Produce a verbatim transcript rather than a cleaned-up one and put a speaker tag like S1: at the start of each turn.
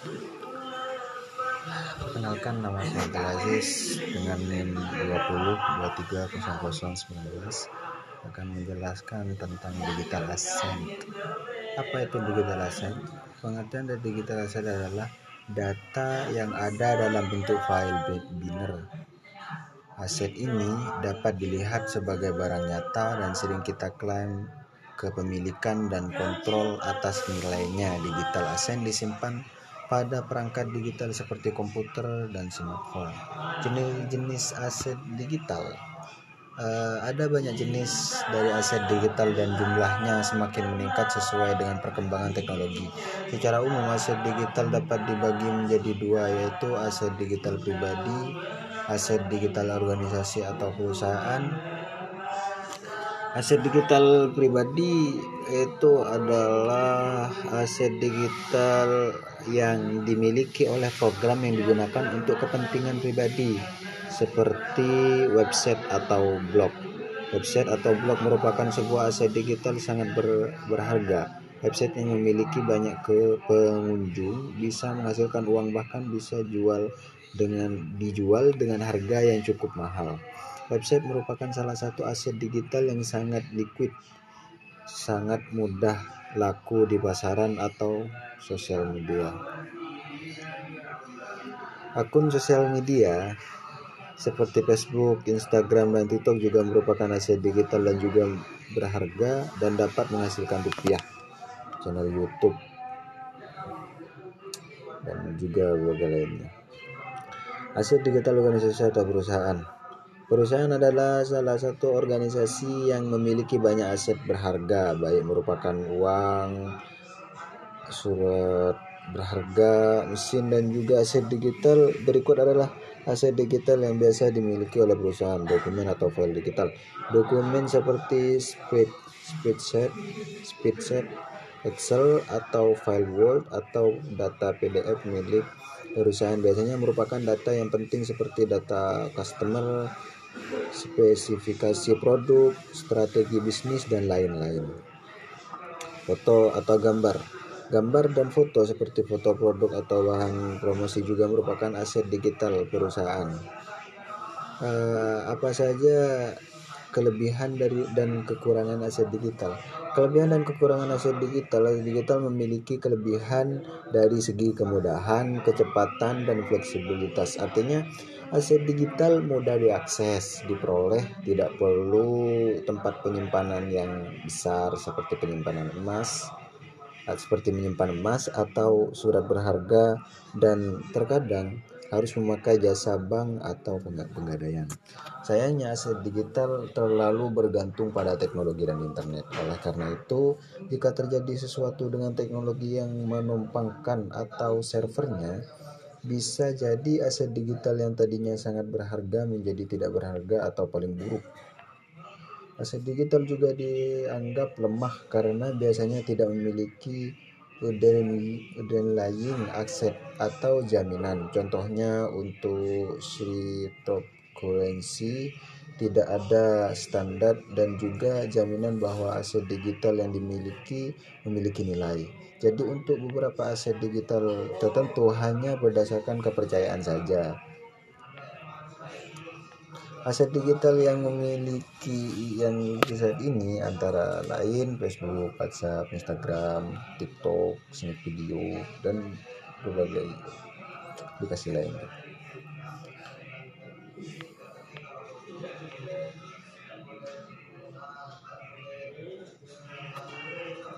S1: Perkenalkan, nama saya Abdul Aziz dengan NIM dua nol dua tiga nol nol satu sembilan akan menjelaskan tentang digital asset. Apa itu digital asset? Pengertian dari digital asset adalah data yang ada dalam bentuk file biner. Aset ini dapat dilihat sebagai barang nyata dan sering kita klaim kepemilikan dan kontrol atas nilainya. Digital asset disimpan pada perangkat digital seperti komputer dan smartphone. Jenis-jenis aset digital, uh, ada banyak jenis dari aset digital dan jumlahnya semakin meningkat sesuai dengan perkembangan teknologi. Secara umum, aset digital dapat dibagi menjadi dua, yaitu aset digital pribadi, aset digital organisasi atau perusahaan. Aset digital pribadi itu adalah aset digital yang dimiliki oleh program yang digunakan untuk kepentingan pribadi, seperti website atau blog. Website atau blog merupakan sebuah aset digital sangat ber, berharga. Website yang memiliki banyak ke pengunjung bisa menghasilkan uang, bahkan bisa jual dengan dijual dengan harga yang cukup mahal. Website merupakan salah satu aset digital yang sangat liquid, sangat mudah laku di pasaran atau sosial media. Akun sosial media seperti Facebook, Instagram, dan TikTok juga merupakan aset digital dan juga berharga dan dapat menghasilkan rupiah. Channel YouTube dan juga berbagai lainnya. Aset digital organisasi atau perusahaan. Perusahaan adalah salah satu organisasi yang memiliki banyak aset berharga, baik merupakan uang, surat berharga, mesin, dan juga aset digital. Berikut adalah aset digital yang biasa dimiliki oleh perusahaan: dokumen atau file digital. Dokumen seperti spread, spreadsheet, spreadsheet, Excel atau file Word atau data P D F milik perusahaan biasanya merupakan data yang penting seperti data customer, spesifikasi produk, strategi bisnis, dan lain-lain. Foto atau gambar. Gambar dan foto seperti foto produk atau bahan promosi juga merupakan aset digital perusahaan. Uh, apa saja kelebihan dari dan kekurangan aset digital? Kelebihan dan kekurangan aset digital. Aset digital memiliki kelebihan dari segi kemudahan, kecepatan, dan fleksibilitas. Artinya, aset digital mudah diakses, diperoleh, tidak perlu tempat penyimpanan yang besar seperti penyimpanan emas, seperti menyimpan emas atau surat berharga, dan terkadang harus memakai jasa bank atau penggadaian. Sayangnya, aset digital terlalu bergantung pada teknologi dan internet. Oleh karena itu, jika terjadi sesuatu dengan teknologi yang menumpangkan atau servernya, bisa jadi aset digital yang tadinya sangat berharga menjadi tidak berharga atau paling buruk. Aset digital juga dianggap lemah karena biasanya tidak memiliki underlying aset atau jaminan. Contohnya, untuk cryptocurrency tidak ada standar dan juga jaminan bahwa aset digital yang dimiliki memiliki nilai. Jadi untuk beberapa aset digital tertentu hanya berdasarkan kepercayaan saja. Aset digital yang memiliki yang saat ini antara lain Facebook, WhatsApp, Instagram, TikTok, Snap Video, dan berbagai aplikasi lain.